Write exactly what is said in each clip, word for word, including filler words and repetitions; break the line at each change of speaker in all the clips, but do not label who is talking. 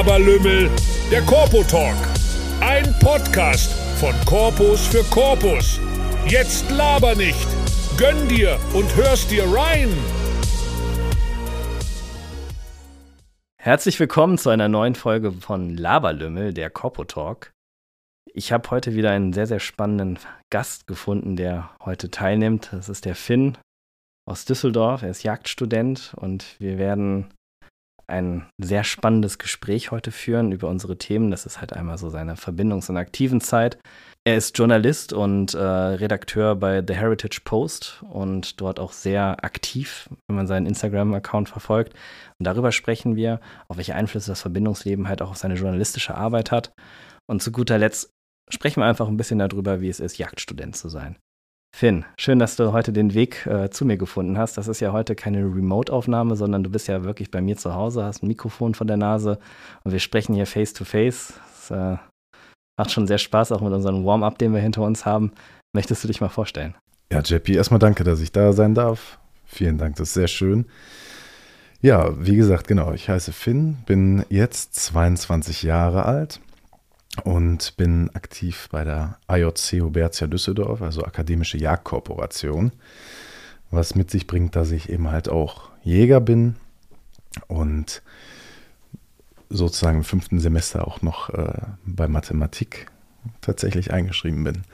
Laberlümmel, der Corpo Talk. Ein Podcast von Corpus für Corpus. Jetzt laber nicht. Gönn dir und hörst dir rein.
Herzlich willkommen zu einer neuen Folge von Laberlümmel, der Corpo Talk. Ich habe heute wieder einen sehr, sehr spannenden Gast gefunden, der heute teilnimmt. Das ist der Finn aus Düsseldorf. Er ist Jagdstudent und wir werden ein sehr spannendes Gespräch heute führen über unsere Themen. Das ist halt einmal so seine Verbindungs- und aktiven Zeit. Er ist Journalist und äh, Redakteur bei The Heritage Post und dort auch sehr aktiv, wenn man seinen Instagram-Account verfolgt. Und darüber sprechen wir, auf welche Einflüsse das Verbindungsleben halt auch auf seine journalistische Arbeit hat. Und zu guter Letzt sprechen wir einfach ein bisschen darüber, wie es ist, Jagdstudent zu sein. Finn, schön, dass du heute den Weg äh, zu mir gefunden hast. Das ist ja heute keine Remote-Aufnahme, sondern du bist ja wirklich bei mir zu Hause, hast ein Mikrofon vor der Nase und wir sprechen hier face-to-face. Das äh, macht schon sehr Spaß, auch mit unserem Warm-up, den wir hinter uns haben. Möchtest du dich mal vorstellen?
Ja, J P, erstmal danke, dass ich da sein darf. Vielen Dank, das ist sehr schön. Ja, wie gesagt, genau, ich heiße Finn, bin jetzt zweiundzwanzig Jahre alt. Und bin aktiv bei der A J C Hubertia Düsseldorf, also Akademische Jagdkorporation, was mit sich bringt, dass ich eben halt auch Jäger bin und sozusagen im fünften Semester auch noch äh, bei Mathematik tatsächlich eingeschrieben bin.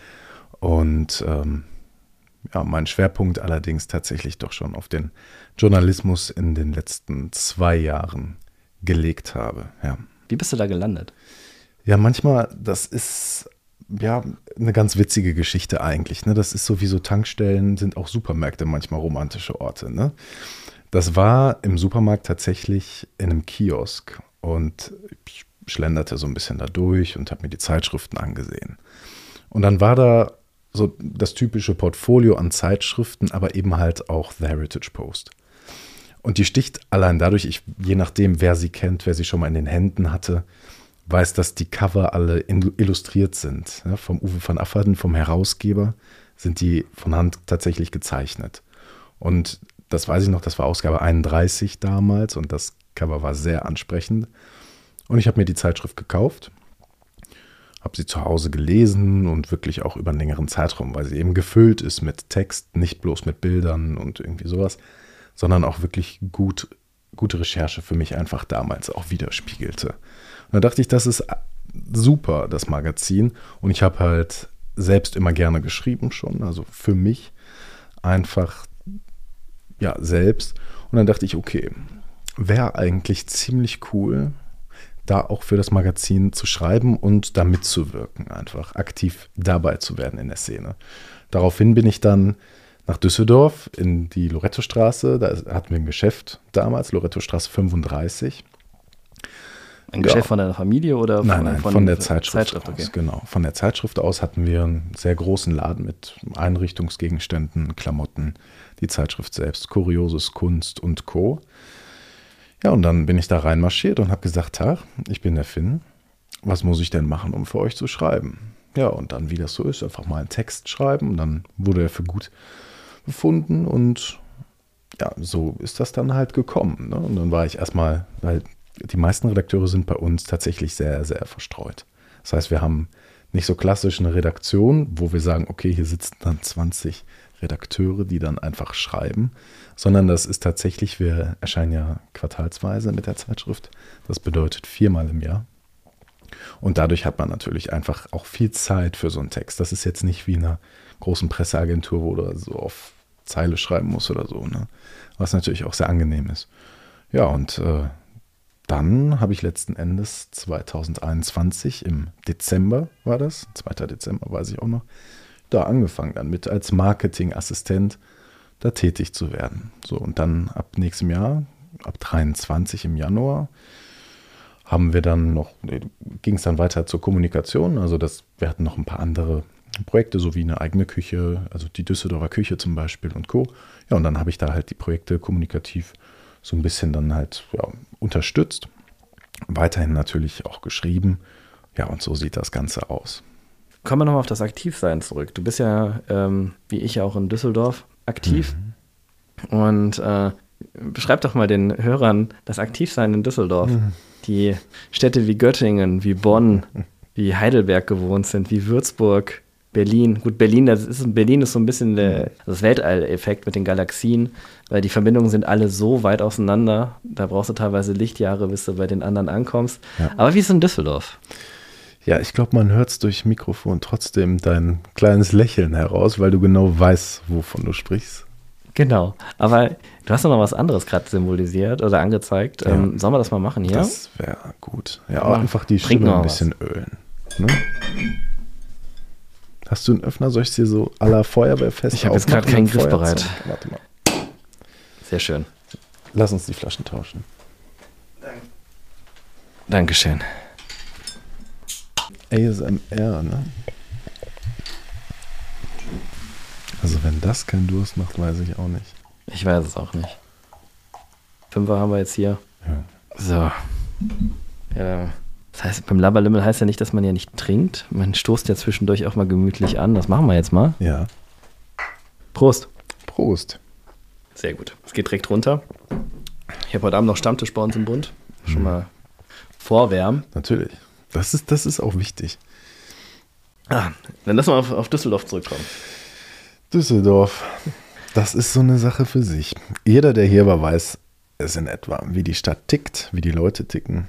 Und ähm, ja, mein Schwerpunkt allerdings tatsächlich doch schon auf den Journalismus in den letzten zwei Jahren gelegt habe. Ja.
Wie bist du da gelandet?
Ja, manchmal, das ist ja eine ganz witzige Geschichte eigentlich. Ne? Das ist sowieso, Tankstellen sind auch Supermärkte manchmal romantische Orte. Ne? Das war im Supermarkt tatsächlich in einem Kiosk und ich schlenderte so ein bisschen da durch und habe mir die Zeitschriften angesehen. Und dann war da so das typische Portfolio an Zeitschriften, aber eben halt auch The Heritage Post. Und die sticht allein dadurch, ich, je nachdem, wer sie kennt, wer sie schon mal in den Händen hatte, weiß, dass die Cover alle illustriert sind. Ja, vom Uwe van Afferden, vom Herausgeber, sind die von Hand tatsächlich gezeichnet. Und das weiß ich noch, das war Ausgabe einunddreißig damals und das Cover war sehr ansprechend. Und ich habe mir die Zeitschrift gekauft, habe sie zu Hause gelesen und wirklich auch über einen längeren Zeitraum, weil sie eben gefüllt ist mit Text, nicht bloß mit Bildern und irgendwie sowas, sondern auch wirklich gut, gute Recherche für mich einfach damals auch widerspiegelte. Und da dachte ich, das ist super, das Magazin. Und ich habe halt selbst immer gerne geschrieben schon, also für mich einfach, ja, selbst. Und dann dachte ich, okay, wäre eigentlich ziemlich cool, da auch für das Magazin zu schreiben und da mitzuwirken, einfach aktiv dabei zu werden in der Szene. Daraufhin bin ich dann nach Düsseldorf in die Lorettostraße, da hatten wir ein Geschäft damals, Lorettostraße fünfunddreißig.
Ein Geschäft ja. von deiner Familie oder von,
nein, nein, von, von der Zeitschrift,
Zeitschrift
aus,
okay.
Genau. Von der Zeitschrift aus hatten wir einen sehr großen Laden mit Einrichtungsgegenständen, Klamotten, die Zeitschrift selbst, Kurioses, Kunst und Co. Ja, und dann bin ich da reinmarschiert und habe gesagt, Tag, ich bin der Finn, was muss ich denn machen, um für euch zu schreiben? Ja, und dann, wie das so ist, einfach mal einen Text schreiben und dann wurde er für gut befunden und ja, so ist das dann halt gekommen. Ne? Und dann war ich erstmal, weil die meisten Redakteure sind bei uns tatsächlich sehr, sehr verstreut. Das heißt, wir haben nicht so klassisch eine Redaktion, wo wir sagen, okay, hier sitzen dann zwanzig Redakteure, die dann einfach schreiben, sondern das ist tatsächlich, wir erscheinen ja quartalsweise mit der Zeitschrift. Das bedeutet viermal im Jahr. Und dadurch hat man natürlich einfach auch viel Zeit für so einen Text. Das ist jetzt nicht wie in einer großen Presseagentur, wo du so auf Zeile schreiben musst oder so, ne? Was natürlich auch sehr angenehm ist. Ja, und äh, dann habe ich letzten Endes zweitausendeinundzwanzig, im Dezember war das, zweiter Dezember weiß ich auch noch, da angefangen dann mit als Marketingassistent da tätig zu werden. So, und dann ab nächstem Jahr, ab dreiundzwanzig im Januar, haben wir dann noch, ging es dann weiter zur Kommunikation, also das, wir hatten noch ein paar andere Projekte, sowie eine eigene Küche, also die Düsseldorfer Küche zum Beispiel und Co. Ja, und dann habe ich da halt die Projekte kommunikativ so ein bisschen dann halt ja, unterstützt. Weiterhin natürlich auch geschrieben. Ja, und so sieht das Ganze aus.
Kommen wir nochmal auf das Aktivsein zurück. Du bist ja, ähm, wie ich auch in Düsseldorf, aktiv. Mhm. Und äh, beschreib doch mal den Hörern das Aktivsein in Düsseldorf.
Mhm.
die Städte wie Göttingen, wie Bonn, wie Heidelberg gewohnt sind, wie Würzburg, Berlin. Gut, Berlin, das ist, Berlin ist so ein bisschen der, das Weltall-Effekt mit den Galaxien, weil die Verbindungen sind alle so weit auseinander, da brauchst du teilweise Lichtjahre, bis du bei den anderen ankommst. Ja. Aber wie ist es in Düsseldorf?
Ja, ich glaube, man hört es durch Mikrofon trotzdem dein kleines Lächeln heraus, weil du genau weißt, wovon du sprichst.
Genau, aber du hast noch was anderes gerade symbolisiert oder angezeigt. Ja. Ähm, sollen wir das mal machen hier?
Das wäre gut. Ja, auch einfach die Stimme ein bisschen was. ölen. Ne? Hast du einen Öffner? Soll ich es dir so à la Feuerwehrfest
Ich habe jetzt gerade keinen Griff bereit.
Warte mal.
Sehr schön.
Lass uns die Flaschen tauschen.
Danke. Dankeschön.
A S M R, ne? Also wenn das keinen Durst macht, weiß ich auch nicht.
Ich weiß es auch nicht. Fünfer haben wir jetzt hier.
Ja.
So. Ja. Das heißt, beim Laberlümmel heißt ja nicht, dass man ja nicht trinkt. Man stoßt ja zwischendurch auch mal gemütlich an. Das machen wir jetzt mal.
Ja.
Prost.
Prost.
Sehr gut. Es geht direkt runter. Ich habe heute Abend noch Stammtisch bei uns im Bund. Schon hm. mal vorwärmen.
Natürlich. Das ist, das ist auch wichtig.
Ah, dann lass mal auf, auf Düsseldorf zurückkommen.
Düsseldorf, das ist so eine Sache für sich. Jeder, der hier war, weiß es in etwa, wie die Stadt tickt, wie die Leute ticken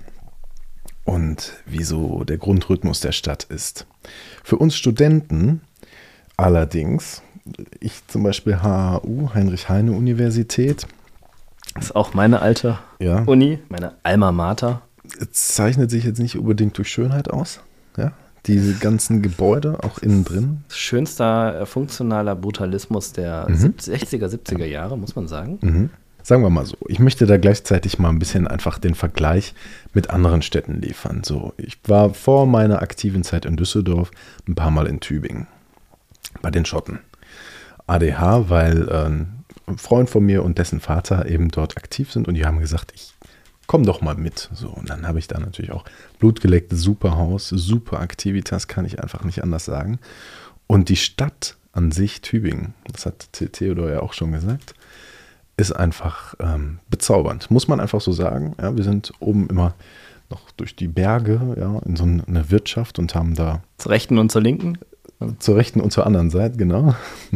und wie so der Grundrhythmus der Stadt ist. Für uns Studenten allerdings, ich zum Beispiel H H U, Heinrich-Heine-Universität.
Das ist auch meine alte
ja.
Uni, meine Alma Mater.
Zeichnet sich jetzt nicht unbedingt durch Schönheit aus, ja. Diese ganzen Gebäude, auch innen drin.
Schönster funktionaler Brutalismus der
mhm.
sechziger, siebziger Jahre, muss man sagen.
Mhm. Sagen wir mal so, ich möchte da gleichzeitig mal ein bisschen einfach den Vergleich mit anderen Städten liefern. So, ich war vor meiner aktiven Zeit in Düsseldorf ein paar Mal in Tübingen, bei den Schotten. A D H, weil äh, ein Freund von mir und dessen Vater eben dort aktiv sind und die haben gesagt, ich komm doch mal mit. So, und dann habe ich da natürlich auch Blut geleckt, super Haus, super Aktivitas, kann ich einfach nicht anders sagen. Und die Stadt an sich, Tübingen, das hat Theodor ja auch schon gesagt, ist einfach ähm, bezaubernd. Muss man einfach so sagen. Ja, wir sind oben immer noch durch die Berge, ja, in so eine Wirtschaft und haben da...
Zur rechten und zur linken?
Zur rechten und zur anderen Seite, genau.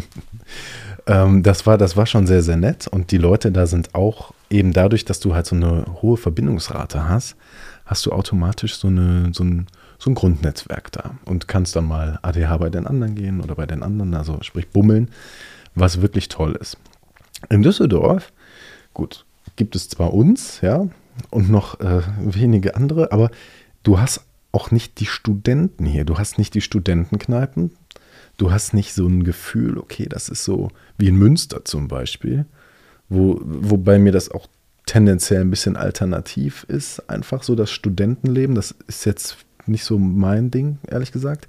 ähm, das war, das war schon sehr, sehr nett. Und die Leute da sind auch eben dadurch, dass du halt so eine hohe Verbindungsrate hast, hast du automatisch so, eine, so, ein, so ein Grundnetzwerk da und kannst dann mal A D H bei den anderen gehen oder bei den anderen, also sprich bummeln, was wirklich toll ist. In Düsseldorf, gut, gibt es zwar uns, ja, und noch äh, wenige andere, aber du hast auch nicht die Studenten hier, du hast nicht die Studentenkneipen, du hast nicht so ein Gefühl, okay, das ist so wie in Münster zum Beispiel, Wo, wobei mir das auch tendenziell ein bisschen alternativ ist. Einfach so das Studentenleben, das ist jetzt nicht so mein Ding, ehrlich gesagt.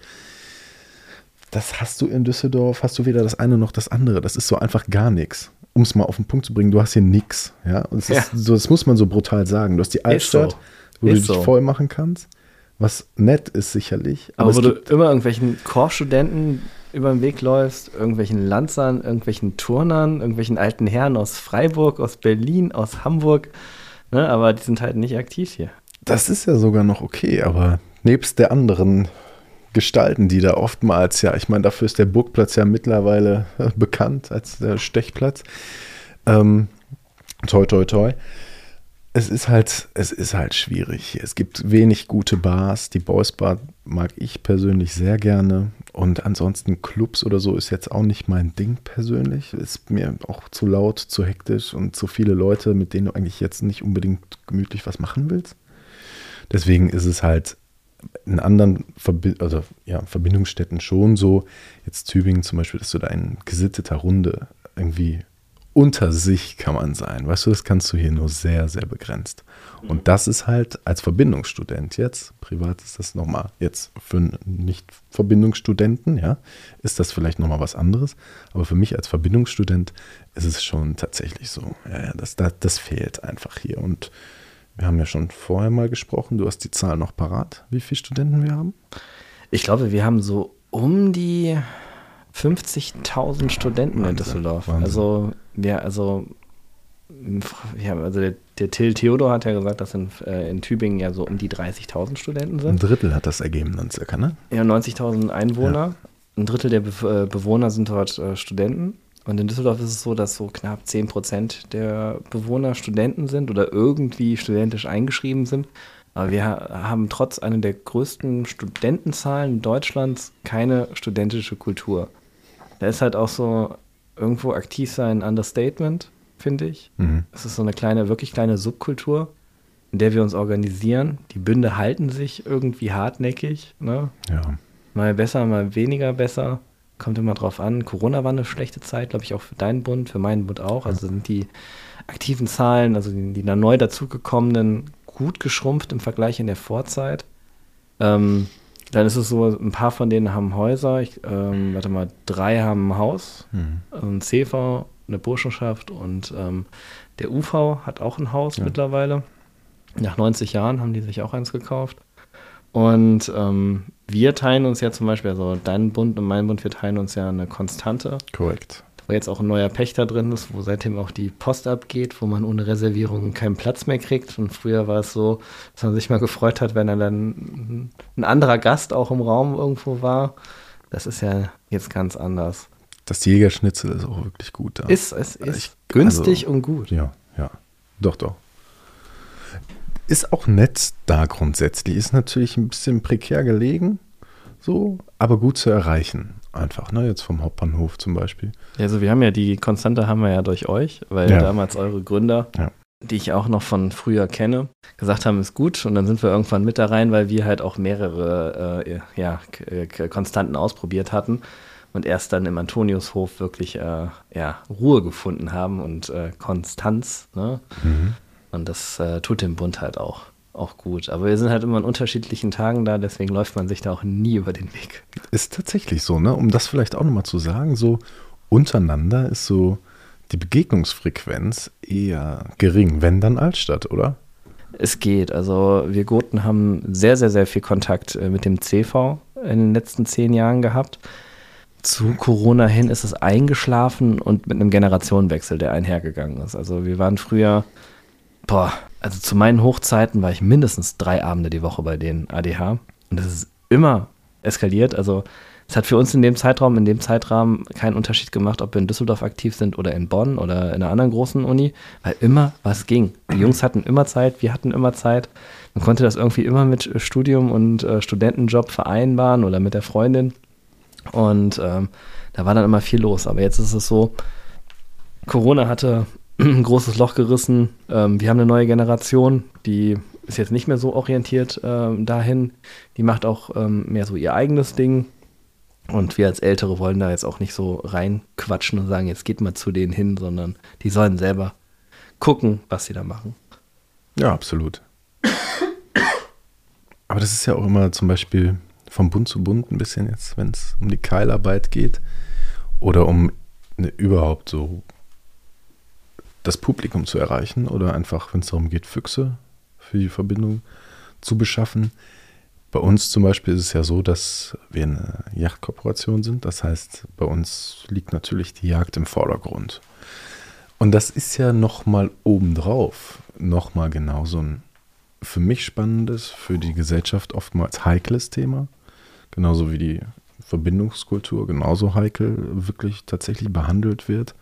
Das hast du in Düsseldorf, hast du weder das eine noch das andere. Das ist so einfach gar nichts. Um es mal auf den Punkt zu bringen, du hast hier nichts. Ja? Und ja. so, das muss man so brutal sagen. Du hast die Altstadt, so. wo ist du dich so. voll machen kannst. Was nett ist sicherlich.
Aber, aber wo du immer irgendwelchen Korpsstudenten über den Weg läufst, irgendwelchen Lanzern, irgendwelchen Turnern, irgendwelchen alten Herren aus Freiburg, aus Berlin, aus Hamburg. Ne, aber die sind halt nicht aktiv hier.
Das ist ja sogar noch okay, aber nebst der anderen Gestalten, die da oftmals, ja, ich meine, dafür ist der Burgplatz ja mittlerweile äh, bekannt als der Stechplatz. Ähm, toi, toi, toi. Es ist halt, es ist halt schwierig hier. Es gibt wenig gute Bars. Die Boys Bar mag ich persönlich sehr gerne. Und ansonsten Clubs oder so ist jetzt auch nicht mein Ding persönlich. Ist mir auch zu laut, zu hektisch und zu viele Leute, mit denen du eigentlich jetzt nicht unbedingt gemütlich was machen willst. Deswegen ist es halt in anderen Verbi- also, ja, Verbindungsstätten schon so. Jetzt Tübingen zum Beispiel, dass du da in gesitteter Runde irgendwie unter sich kann man sein. Weißt du, das kannst du hier nur sehr, sehr begrenzt. Und das ist halt als Verbindungsstudent jetzt, privat ist das nochmal, jetzt für einen Nicht-Verbindungsstudenten, ja, ist das vielleicht nochmal was anderes. Aber für mich als Verbindungsstudent ist es schon tatsächlich so. Ja, ja, das, das, das fehlt einfach hier. Und wir haben ja schon vorher mal gesprochen, du hast die Zahl noch parat, wie viele Studenten wir haben?
Ich glaube, wir haben so um die fünfzigtausend Studenten Wahnsinn, in Düsseldorf. Wahnsinn. Also, ja, also, ja, also der der Till Theodor hat ja gesagt, dass in, äh, in Tübingen ja so um die dreißigtausend Studenten sind.
Ein Drittel hat das ergeben dann circa, ne?
Ja, neunzigtausend Einwohner. Ja. Ein Drittel der Be- äh, Bewohner sind dort äh, Studenten. Und in Düsseldorf ist es so, dass so knapp zehn Prozent der Bewohner Studenten sind oder irgendwie studentisch eingeschrieben sind. Aber wir ha- haben trotz einer der größten Studentenzahlen Deutschlands keine studentische Kultur. Da ist halt auch so irgendwo aktiv sein Understatement, finde ich. Mhm. Es ist so eine kleine, wirklich kleine Subkultur, in der wir uns organisieren. Die Bünde halten sich irgendwie hartnäckig. Ne?
Ja.
Mal besser, mal weniger besser. Kommt immer drauf an. Corona war eine schlechte Zeit, glaube ich, auch für deinen Bund, für meinen Bund auch. Also sind die aktiven Zahlen, also die, die da neu dazugekommenen, gut geschrumpft im Vergleich in der Vorzeit. Ähm, dann ist es so, ein paar von denen haben Häuser. Ich, ähm, warte mal, drei haben ein Haus. Mhm. Ein C V, eine Burschenschaft und ähm, der U V hat auch ein Haus ja. mittlerweile. Nach neunzig Jahren haben die sich auch eins gekauft. Und ähm, wir teilen uns ja zum Beispiel, also dein Bund und mein Bund, wir teilen uns ja eine Konstante.
Korrekt.
Wo jetzt auch ein neuer Pächter drin ist, wo seitdem auch die Post abgeht, wo man ohne Reservierung keinen Platz mehr kriegt. Und früher war es so, dass man sich mal gefreut hat, wenn dann ein anderer Gast auch im Raum irgendwo war. Das ist ja jetzt ganz anders.
Das Jägerschnitzel ist auch wirklich gut da.
Ist, es ist ich, günstig also, und gut.
Ja, ja, doch, doch. Ist auch nett da grundsätzlich. Ist natürlich ein bisschen prekär gelegen, so, aber gut zu erreichen. Einfach, ne? Jetzt vom Hauptbahnhof zum Beispiel.
Ja, also wir haben ja die Konstante haben wir ja durch euch, weil ja. damals eure Gründer, ja. die ich auch noch von früher kenne, gesagt haben, ist gut. Und dann sind wir irgendwann mit da rein, weil wir halt auch mehrere äh, ja, K- Konstanten ausprobiert hatten und erst dann im Antoniushof wirklich äh, ja, Ruhe gefunden haben und äh, Konstanz, ne? Mhm. Und das äh, tut dem Bund halt auch, auch gut. Aber wir sind halt immer an unterschiedlichen Tagen da, deswegen läuft man sich da auch nie über den Weg.
Ist tatsächlich so, ne? Um das vielleicht auch nochmal zu sagen, so untereinander ist so die Begegnungsfrequenz eher gering, wenn dann Altstadt, oder?
Es geht. Also wir Goten haben sehr, sehr, sehr viel Kontakt äh, mit dem C V in den letzten zehn Jahren gehabt. Zu Corona hin ist es eingeschlafen und mit einem Generationenwechsel, der einhergegangen ist. Also wir waren früher... Boah, also zu meinen Hochzeiten war ich mindestens drei Abende die Woche bei den A D H und das ist immer eskaliert. Also es hat für uns in dem Zeitraum, in dem Zeitrahmen keinen Unterschied gemacht, ob wir in Düsseldorf aktiv sind oder in Bonn oder in einer anderen großen Uni, weil immer was ging. Die Jungs hatten immer Zeit, wir hatten immer Zeit. Man konnte das irgendwie immer mit Studium und äh, Studentenjob vereinbaren oder mit der Freundin und ähm, da war dann immer viel los. Aber jetzt ist es so, Corona hatte ein großes Loch gerissen. Ähm, wir haben eine neue Generation, die ist jetzt nicht mehr so orientiert ähm, dahin. Die macht auch ähm, mehr so ihr eigenes Ding. Und wir als Ältere wollen da jetzt auch nicht so reinquatschen und sagen, jetzt geht mal zu denen hin, sondern die sollen selber gucken, was sie da machen.
Ja, absolut. Aber das ist ja auch immer zum Beispiel vom Bund zu Bund ein bisschen jetzt, wenn es um die Keilarbeit geht oder um eine, überhaupt so das Publikum zu erreichen oder einfach, wenn es darum geht, Füchse für die Verbindung zu beschaffen. Bei uns zum Beispiel ist es ja so, dass wir eine Jagdkooperation sind. Das heißt, bei uns liegt natürlich die Jagd im Vordergrund. Und das ist ja nochmal obendrauf, nochmal genau so ein für mich spannendes, für die Gesellschaft oftmals heikles Thema. Genauso wie die Verbindungskultur genauso heikel wirklich tatsächlich behandelt wird.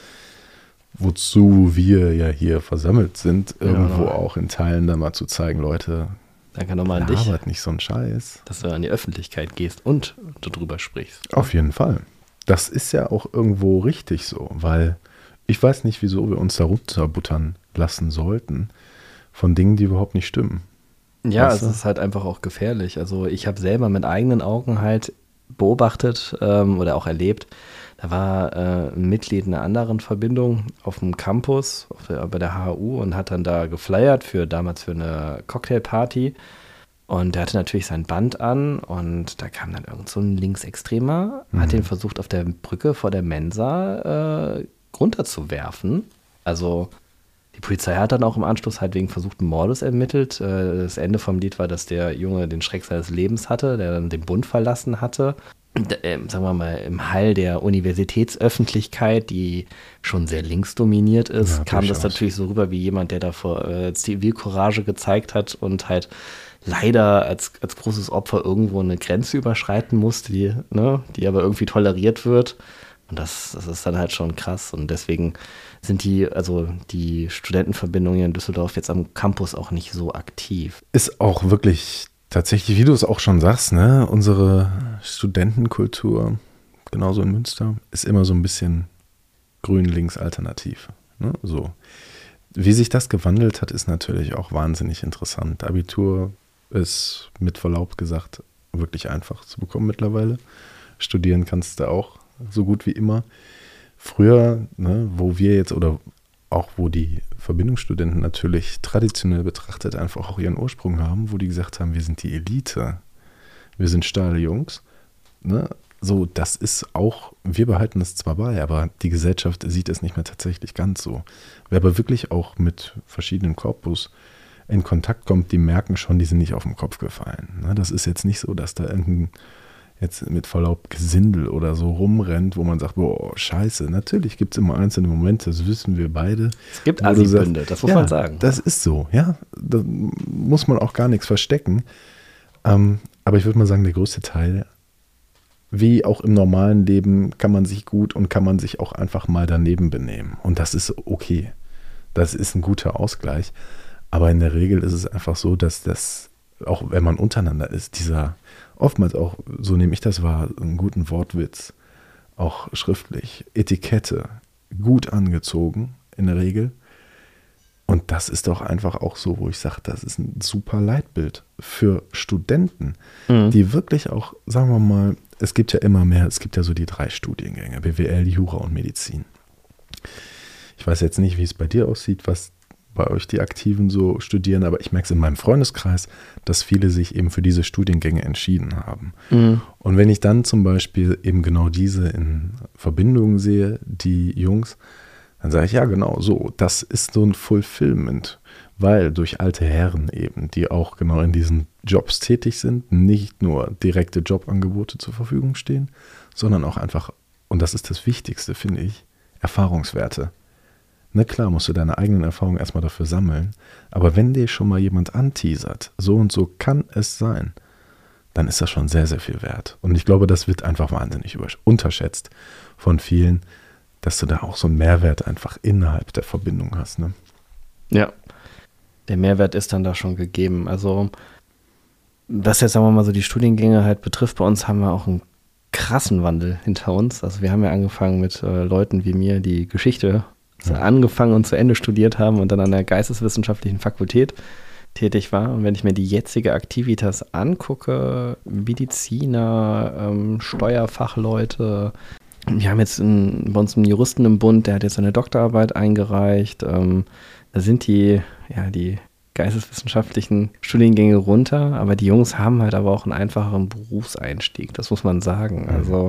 Wozu wir ja hier versammelt sind, irgendwo ja, auch in Teilen da mal zu zeigen, Leute,
danke nochmal an dich,
nicht so ein Scheiß.
Dass du an die Öffentlichkeit gehst und du drüber sprichst.
Auf jeden Fall. Das ist ja auch irgendwo richtig so, weil ich weiß nicht, wieso wir uns da runterbuttern lassen sollten von Dingen, die überhaupt nicht stimmen.
Ja, weißt du? Es ist halt einfach auch gefährlich. Also ich habe selber mit eigenen Augen halt beobachtet ähm, oder auch erlebt, da war äh, ein Mitglied einer anderen Verbindung auf dem Campus auf der, bei der H U und hat dann da geflyert für damals für eine Cocktailparty. Und der hatte natürlich sein Band an und da kam dann irgend so ein Linksextremer, mhm. hat ihn versucht auf der Brücke vor der Mensa äh, runterzuwerfen. Also die Polizei hat dann auch im Anschluss halt wegen versuchten Mordes ermittelt. Äh, das Ende vom Lied war, dass der Junge den Schreck seines Lebens hatte, der dann den Bund verlassen hatte. äh, sagen wir mal, im Hall der Universitätsöffentlichkeit, die schon sehr linksdominiert ist,
Ja,
kam das
durchaus.
natürlich so rüber wie jemand, der davor äh, Zivilcourage gezeigt hat und halt leider als, als großes Opfer irgendwo eine Grenze überschreiten musste, die, ne, die aber irgendwie toleriert wird. Und das, das ist dann halt schon krass. Und deswegen sind die, also die Studentenverbindungen hier in Düsseldorf jetzt am Campus auch nicht so aktiv.
Ist auch wirklich tatsächlich, wie du es auch schon sagst, ne, unsere Studentenkultur, genauso in Münster, ist immer so ein bisschen grün-links-alternativ. Ne? So. Wie sich das gewandelt hat, ist natürlich auch wahnsinnig interessant. Abitur ist mit Verlaub gesagt wirklich einfach zu bekommen mittlerweile. Studieren kannst du auch so gut wie immer. Früher, ne, wo wir jetzt oder auch wo die Verbindungsstudenten natürlich traditionell betrachtet einfach auch ihren Ursprung haben, wo die gesagt haben, wir sind die Elite, wir sind steile Jungs. Ne? So, das ist auch, wir behalten es zwar bei, aber die Gesellschaft sieht es nicht mehr tatsächlich ganz so. Wer aber wirklich auch mit verschiedenen Korpus in Kontakt kommt, die merken schon, die sind nicht auf den Kopf gefallen. Ne? Das ist jetzt nicht so, dass da irgendein jetzt mit Verlaub Gesindel oder so rumrennt, wo man sagt, boah, scheiße. Natürlich gibt es immer einzelne Momente, das wissen wir beide.
Es gibt
wo du
Assi-Bünde,
sagst,
das muss
ja,
man sagen.
Das ist so, ja. Da muss man auch gar nichts verstecken. Ähm, aber ich würde mal sagen, der größte Teil, wie auch im normalen Leben, kann man sich gut und kann man sich auch einfach mal daneben benehmen. Und das ist okay. Das ist ein guter Ausgleich. Aber in der Regel ist es einfach so, dass das, auch wenn man untereinander ist, dieser oftmals auch, so nehme ich das wahr, einen guten Wortwitz, auch schriftlich, Etikette, gut angezogen in der Regel. Und das ist doch einfach auch so, wo ich sage, das ist ein super Leitbild für Studenten,
Mhm.
die wirklich auch, sagen wir mal, es gibt ja immer mehr, es gibt ja so die drei Studiengänge, B W L, Jura und Medizin. Ich weiß jetzt nicht, wie es bei dir aussieht, was bei euch die Aktiven so studieren, aber ich merke es in meinem Freundeskreis, dass viele sich eben für diese Studiengänge entschieden haben.
Mhm.
Und wenn ich dann zum Beispiel eben genau diese in Verbindung sehe, die Jungs, dann sage ich, ja genau so, das ist so ein Fulfillment, weil durch alte Herren eben, die auch genau in diesen Jobs tätig sind, nicht nur direkte Jobangebote zur Verfügung stehen, sondern auch einfach, und das ist das Wichtigste, finde ich, Erfahrungswerte. Na klar, musst du deine eigenen Erfahrungen erstmal dafür sammeln, aber wenn dir schon mal jemand anteasert, so und so kann es sein, dann ist das schon sehr, sehr viel wert. Und ich glaube, das wird einfach wahnsinnig über- unterschätzt von vielen, dass du da auch so einen Mehrwert einfach innerhalb der Verbindung hast. Ne?
Ja, der Mehrwert ist dann da schon gegeben. Also, was jetzt, sagen wir mal, so die Studiengänge halt betrifft, bei uns haben wir auch einen krassen Wandel hinter uns. Also, wir haben ja angefangen mit äh, Leuten wie mir, die Geschichte
Ja.
angefangen und zu Ende studiert haben und dann an der geisteswissenschaftlichen Fakultät tätig war. Und wenn ich mir die jetzige Aktivitas angucke, Mediziner, ähm, Steuerfachleute, wir haben jetzt einen, bei uns einen Juristen im Bund, der hat jetzt eine Doktorarbeit eingereicht. Ähm, da sind die, ja, die geisteswissenschaftlichen Studiengänge runter, aber die Jungs haben halt aber auch einen einfacheren Berufseinstieg, das muss man sagen. Also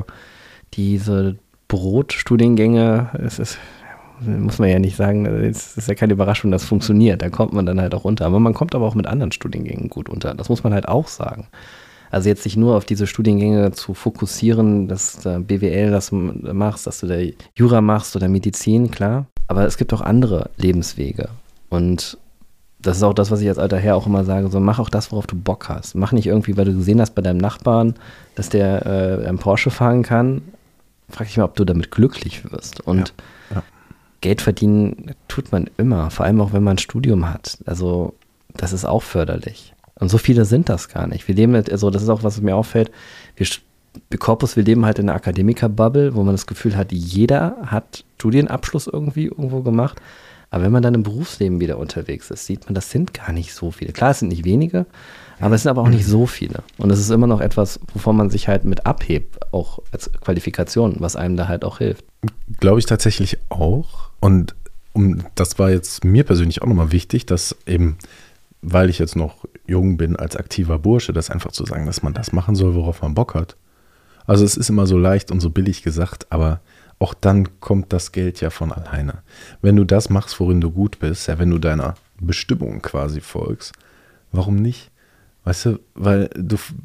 diese Brotstudiengänge, es ist, muss man ja nicht sagen, es ist ja keine Überraschung, dass es funktioniert, da kommt man dann halt auch runter. Aber man kommt aber auch mit anderen Studiengängen gut unter, das muss man halt auch sagen. Also jetzt sich nur auf diese Studiengänge zu fokussieren, dass du B W L das machst, dass du da Jura machst oder Medizin, klar. Aber es gibt auch andere Lebenswege. Und das ist auch das, was ich als alter Herr auch immer sage, so mach auch das, worauf du Bock hast. Mach nicht irgendwie, weil du gesehen hast bei deinem Nachbarn, dass der äh, einen Porsche fahren kann. Frag dich mal, ob du damit glücklich wirst. Und
Ja, ja.
Geld verdienen tut man immer, vor allem auch wenn man ein Studium hat. Also das ist auch förderlich. Und so viele sind das gar nicht. Wir leben, also das ist auch, was mir auffällt, wir, wir Corpus, wir leben halt in einer Akademiker-Bubble, wo man das Gefühl hat, jeder hat Studienabschluss irgendwie irgendwo gemacht. Aber wenn man dann im Berufsleben wieder unterwegs ist, sieht man, das sind gar nicht so viele. Klar, es sind nicht wenige, aber es sind aber auch nicht so viele. Und es ist immer noch etwas, wovon man sich halt mit abhebt, auch als Qualifikation, was einem da halt auch hilft.
Glaube ich tatsächlich auch. Und um, das war jetzt mir persönlich auch nochmal wichtig, dass eben, weil ich jetzt noch jung bin als aktiver Bursche, das einfach zu sagen, dass man das machen soll, worauf man Bock hat. Also es ist immer so leicht und so billig gesagt, aber auch dann kommt das Geld ja von alleine. Wenn du das machst, worin du gut bist, ja, wenn du deiner Bestimmung quasi folgst, warum nicht? Weißt du, weil du,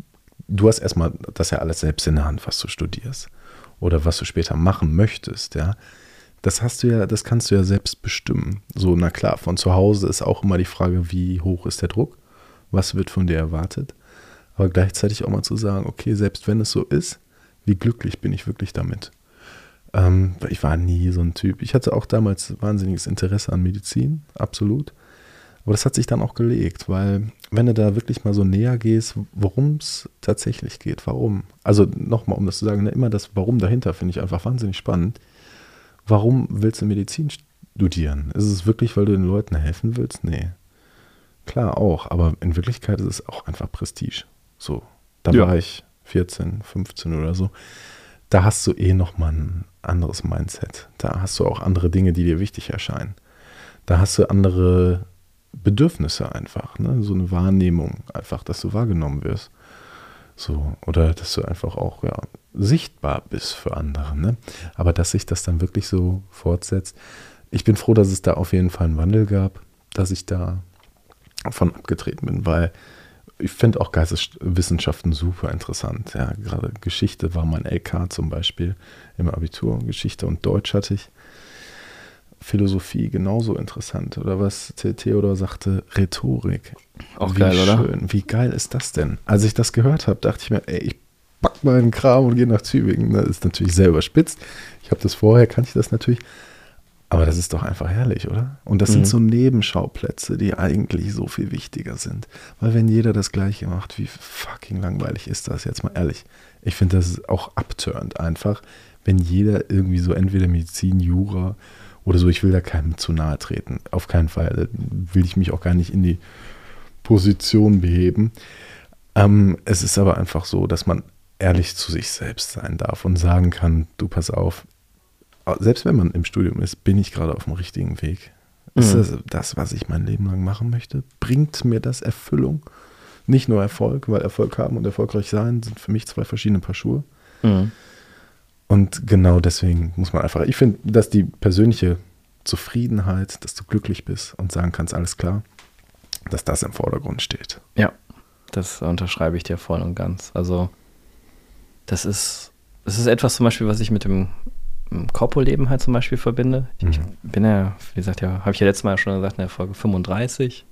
du hast erstmal das ja alles selbst in der Hand, was du studierst oder was du später machen möchtest, ja. Das hast du ja, das kannst du ja selbst bestimmen. So, na klar, von zu Hause ist auch immer die Frage, wie hoch ist der Druck? Was wird von dir erwartet? Aber gleichzeitig auch mal zu sagen, okay, selbst wenn es so ist, wie glücklich bin ich wirklich damit? Ähm, ich war nie so ein Typ. Ich hatte auch damals wahnsinniges Interesse an Medizin, absolut. Aber das hat sich dann auch gelegt, weil wenn du da wirklich mal so näher gehst, worum es tatsächlich geht, warum? Also nochmal, um das zu sagen, ne, immer das Warum dahinter finde ich einfach wahnsinnig spannend. Warum willst du Medizin studieren? Ist es wirklich, weil du den Leuten helfen willst? Nee. Klar auch, aber in Wirklichkeit ist es auch einfach Prestige. So, da
Ja.
war ich vierzehn, fünfzehn oder so. Da hast du eh nochmal ein anderes Mindset. Da hast du auch andere Dinge, die dir wichtig erscheinen. Da hast du andere Bedürfnisse einfach, ne? So eine Wahrnehmung einfach, dass du wahrgenommen wirst. So, oder dass du einfach auch ja, sichtbar bist für andere. Ne? Aber dass sich das dann wirklich so fortsetzt. Ich bin froh, dass es da auf jeden Fall einen Wandel gab, dass ich da von abgetreten bin, weil ich finde auch Geisteswissenschaften super interessant. Ja, gerade Geschichte war mein L K zum Beispiel im Abitur. Geschichte und Deutsch hatte ich. Philosophie genauso interessant. Oder was Theodor sagte, Rhetorik.
Auch
Wie
geil, oder?
schön. Wie geil ist das denn? Als ich das gehört habe, dachte ich mir, ey, ich pack meinen Kram und gehe nach Tübingen. Das ist natürlich sehr überspitzt. Ich habe das vorher, kannte ich das natürlich. Aber das ist doch einfach herrlich, oder? Und das
Mhm.
sind so Nebenschauplätze, die eigentlich so viel wichtiger sind. Weil wenn jeder das Gleiche macht, wie fucking langweilig ist das? Jetzt mal ehrlich. Ich finde, das ist auch abturnt einfach, wenn jeder irgendwie so entweder Medizin, Jura oder so, ich will da keinem zu nahe treten. Auf keinen Fall. Da will ich mich auch gar nicht in die Position beheben. Ähm, es ist aber einfach so, dass man ehrlich zu sich selbst sein darf und sagen kann, du pass auf, selbst wenn man im Studium ist, bin ich gerade auf dem richtigen Weg. Ist
Mhm.
das das, was ich mein Leben lang machen möchte? Bringt mir das Erfüllung? Nicht nur Erfolg, weil Erfolg haben und erfolgreich sein sind für mich zwei verschiedene Paar Schuhe.
Mhm.
Und genau deswegen muss man einfach, ich finde, dass die persönliche Zufriedenheit, dass du glücklich bist und sagen kannst, alles klar, dass das im Vordergrund steht.
Ja, das unterschreibe ich dir voll und ganz. Also das ist, das ist etwas zum Beispiel, was ich mit dem Korpo-Leben halt zum Beispiel verbinde. Ich
Mhm.
bin ja, wie gesagt, ja, habe ich ja letztes Mal schon gesagt, in der Folge fünfunddreißig.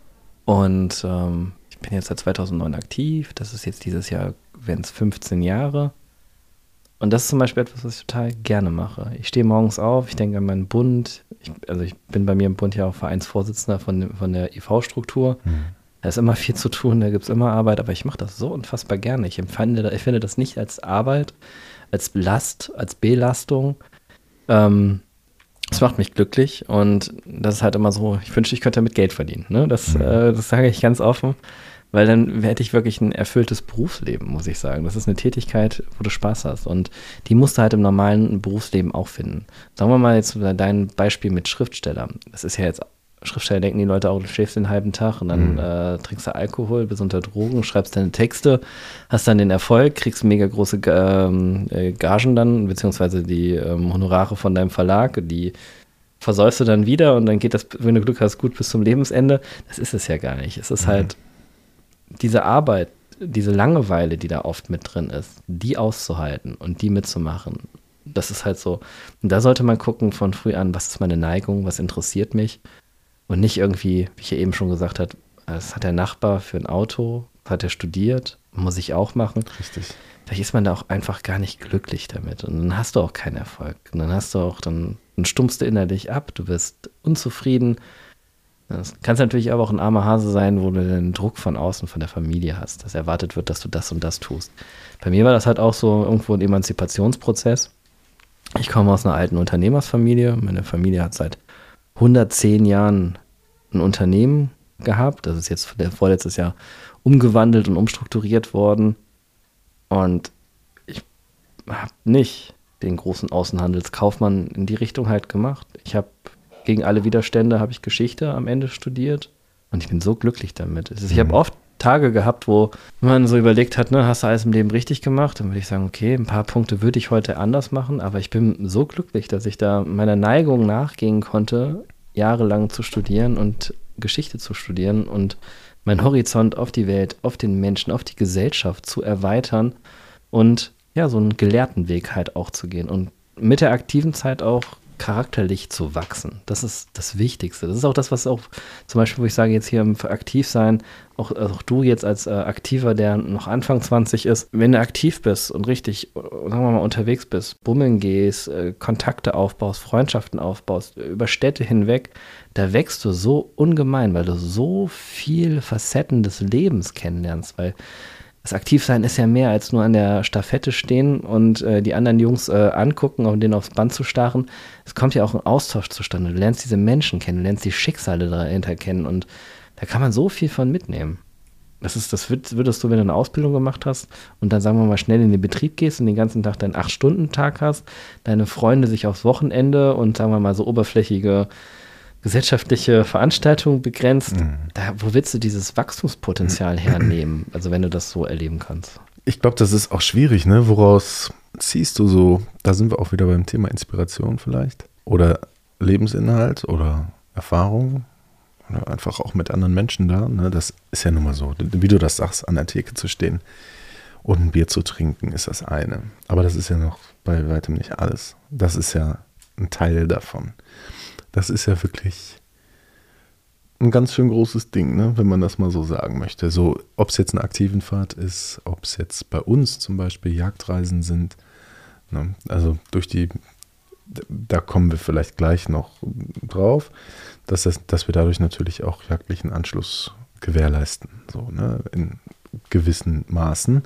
Und ähm, ich bin jetzt seit zweitausendneun aktiv. Das ist jetzt dieses Jahr, werden es fünfzehn Jahre. Und das ist zum Beispiel etwas, was ich total gerne mache. Ich stehe morgens auf, ich denke an meinen Bund. Ich, also ich bin bei mir im Bund ja auch Vereinsvorsitzender von, von der I V-Struktur.
Mhm.
Da ist immer viel zu tun, da gibt es immer Arbeit, aber ich mache das so unfassbar gerne. Ich empfinde, ich finde das nicht als Arbeit, als Last, als Belastung. Ähm, es macht mich glücklich und das ist halt immer so, ich wünschte, ich könnte damit Geld verdienen. Ne? Das,
Mhm.
äh, das sage ich ganz offen, weil dann hätte ich wirklich ein erfülltes Berufsleben, muss ich sagen. Das ist eine Tätigkeit, wo du Spaß hast und die musst du halt im normalen Berufsleben auch finden. Sagen wir mal jetzt dein Beispiel mit Schriftsteller. Das ist ja jetzt Schriftsteller, denken die Leute auch, du schläfst den halben Tag und dann
Mhm.
äh, trinkst du Alkohol, bist unter Drogen, schreibst deine Texte, hast dann den Erfolg, kriegst mega große ähm, äh, Gagen dann, beziehungsweise die ähm, Honorare von deinem Verlag, die versäufst du dann wieder und dann geht das, wenn du Glück hast, gut bis zum Lebensende. Das ist es ja gar nicht. Es ist
Mhm.
halt diese Arbeit, diese Langeweile, die da oft mit drin ist, die auszuhalten und die mitzumachen. Das ist halt so. Und da sollte man gucken von früh an, was ist meine Neigung, was interessiert mich. Und nicht irgendwie, wie ich ja eben schon gesagt habe, das hat der Nachbar für ein Auto, hat er studiert, muss ich auch machen.
Richtig.
Vielleicht ist man da auch einfach gar nicht glücklich damit. Und dann hast du auch keinen Erfolg. Und dann hast du auch, dann, dann stumpfst du innerlich ab, du bist unzufrieden. Das kannst natürlich aber auch ein armer Hase sein, wo du den Druck von außen, von der Familie hast, dass erwartet wird, dass du das und das tust. Bei mir war das halt auch so irgendwo ein Emanzipationsprozess. Ich komme aus einer alten Unternehmersfamilie. Meine Familie hat seit hundertzehn Jahren ein Unternehmen gehabt. Das ist jetzt vorletztes Jahr umgewandelt und umstrukturiert worden. Und ich habe nicht den großen Außenhandelskaufmann in die Richtung halt gemacht. Ich habe gegen alle Widerstände habe ich Geschichte am Ende studiert und ich bin so glücklich damit. Also ich habe oft Tage gehabt, wo man so überlegt hat, ne, hast du alles im Leben richtig gemacht? Dann würde ich sagen, okay, ein paar Punkte würde ich heute anders machen, aber ich bin so glücklich, dass ich da meiner Neigung nachgehen konnte, jahrelang zu studieren und Geschichte zu studieren und meinen Horizont auf die Welt, auf den Menschen, auf die Gesellschaft zu erweitern und ja, so einen gelehrten Weg halt auch zu gehen und mit der aktiven Zeit auch charakterlich zu wachsen. Das ist das Wichtigste. Das ist auch das, was auch zum Beispiel, wo ich sage, jetzt hier im Aktivsein, auch, auch du jetzt als äh, Aktiver, der noch Anfang zwanzig ist, wenn du aktiv bist und richtig, sagen wir mal, unterwegs bist, bummeln gehst, äh, Kontakte aufbaust, Freundschaften aufbaust, über Städte hinweg, da wächst du so ungemein, weil du so viel Facetten des Lebens kennenlernst, weil das Aktivsein ist ja mehr als nur an der Stafette stehen und äh, die anderen Jungs äh, angucken und denen aufs Band zu starren. Es kommt ja auch ein Austausch zustande. Du lernst diese Menschen kennen, du lernst die Schicksale dahinter kennen und da kann man so viel von mitnehmen. Das ist, das würdest du, wenn du eine Ausbildung gemacht hast und dann, sagen wir mal, schnell in den Betrieb gehst und den ganzen Tag deinen acht-Stunden-Tag hast, deine Freunde sich aufs Wochenende und, sagen wir mal, so oberflächige gesellschaftliche Veranstaltungen begrenzt, mhm. da, wo willst du dieses Wachstumspotenzial hernehmen? Also wenn du das so erleben kannst.
Ich glaube, das ist auch schwierig, ne? Woraus ziehst du so, da sind wir auch wieder beim Thema Inspiration vielleicht oder Lebensinhalt oder Erfahrung oder einfach auch mit anderen Menschen da, ne? Das ist ja nun mal so, wie du das sagst, an der Theke zu stehen und ein Bier zu trinken ist das eine. Aber das ist ja noch bei weitem nicht alles. Das ist ja ein Teil davon. Das ist ja wirklich ein ganz schön großes Ding, ne, wenn man das mal so sagen möchte. So, ob es jetzt eine Aktivenfahrt ist, ob es jetzt bei uns zum Beispiel Jagdreisen sind. Ne, also durch die, da kommen wir vielleicht gleich noch drauf, dass, das, dass wir dadurch natürlich auch jagdlichen Anschluss gewährleisten, so, ne, in gewissen Maßen.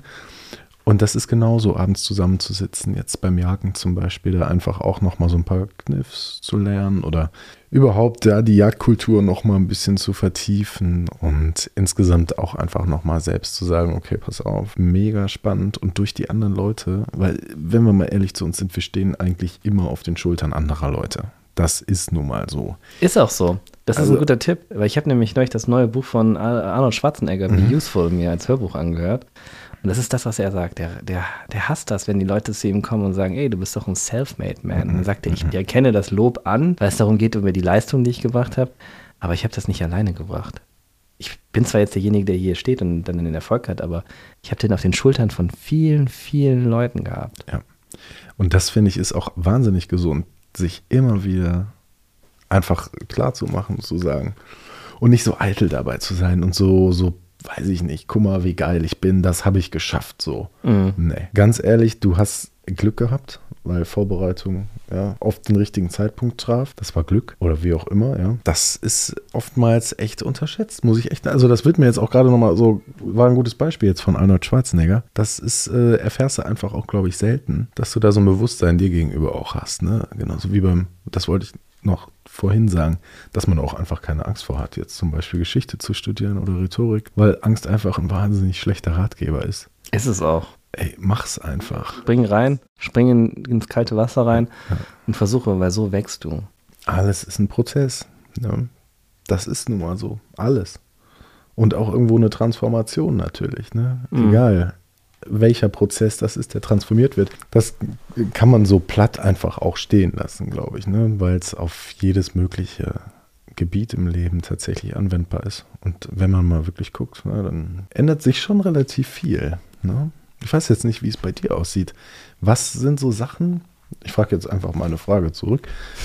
Und das ist genauso, abends zusammenzusitzen, jetzt beim Jagen zum Beispiel, da einfach auch nochmal so ein paar Kniffs zu lernen oder überhaupt da die Jagdkultur nochmal ein bisschen zu vertiefen und insgesamt auch einfach nochmal selbst zu sagen, okay, pass auf, mega spannend und durch die anderen Leute, weil, wenn wir mal ehrlich zu uns sind, wir stehen eigentlich immer auf den Schultern anderer Leute. Das ist nun mal so.
Ist auch so. Das also, ist ein guter Tipp, weil ich habe nämlich neulich das neue Buch von Arnold Schwarzenegger, Be mhm. Useful, mir als Hörbuch angehört. Und das ist das, was er sagt. Der, der, der hasst das, wenn die Leute zu ihm kommen und sagen, ey, du bist doch ein Self-Made Man. Und dann sagt er, ich erkenne das Lob an, weil es darum geht, über die Leistung, die ich gebracht habe. Aber ich habe das nicht alleine gebracht. Ich bin zwar jetzt derjenige, der hier steht und dann den Erfolg hat, aber ich habe den auf den Schultern von vielen, vielen Leuten gehabt.
Ja. Und das, finde ich, ist auch wahnsinnig gesund, sich immer wieder einfach klar zu machen, zu sagen. Und nicht so eitel dabei zu sein und so, so weiß ich nicht, guck mal, wie geil ich bin, das habe ich geschafft, so. Mhm. Nee, ganz ehrlich, du hast Glück gehabt, weil Vorbereitung ja auf den richtigen Zeitpunkt traf. Das war Glück oder wie auch immer, ja. Das ist oftmals echt unterschätzt, muss ich echt, also das wird mir jetzt auch gerade nochmal so, war ein gutes Beispiel jetzt von Arnold Schwarzenegger. Das ist, äh, erfährst du einfach auch, glaube ich, selten, dass du da so ein Bewusstsein dir gegenüber auch hast, ne. Genauso wie beim, das wollte ich noch vorhin sagen, dass man auch einfach keine Angst vor hat, jetzt zum Beispiel Geschichte zu studieren oder Rhetorik, weil Angst einfach ein wahnsinnig schlechter Ratgeber ist.
Ist es auch.
Ey, mach's einfach.
Spring rein, spring in, ins kalte Wasser rein ja. und versuche, weil so wächst du.
Alles ist ein Prozess. Ne? Das ist nun mal so. Alles. Und auch irgendwo eine Transformation natürlich. Ne? Mhm. Egal, welcher Prozess das ist, der transformiert wird. Das kann man so platt einfach auch stehen lassen, glaube ich, ne? Weil es auf jedes mögliche Gebiet im Leben tatsächlich anwendbar ist. Und wenn man mal wirklich guckt, ne, dann ändert sich schon relativ viel. Ne? Ich weiß jetzt nicht, wie es bei dir aussieht. Was sind so Sachen, ich frage jetzt einfach mal eine Frage zurück,